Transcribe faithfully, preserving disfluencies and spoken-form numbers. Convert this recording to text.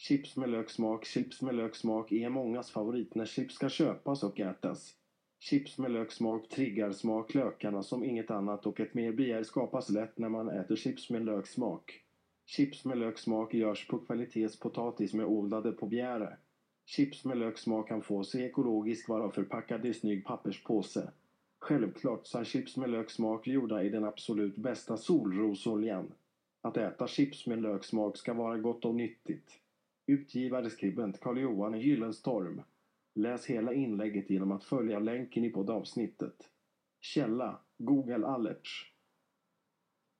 Chips med löksmak. Chips med löksmak är mångas favorit när chips ska köpas och ätas. Chips med löksmak triggar smaklökarna som inget annat och ett mer begär skapas lätt när man äter chips med löksmak. Chips med löksmak görs på kvalitetspotatis med odlade på Bjäre. Chips med löksmak kan få sig ekologisk vara förpackad i snygg papperspåse. Självklart så är chips med löksmak gjorda i den absolut bästa solrosoljan. Att äta chips med löksmak ska vara gott och nyttigt. Utgivare skribent Carl-Johan Gyllenstorm. Läs hela inlägget genom att följa länken i poddavsnittet. Källa: Google Alerts.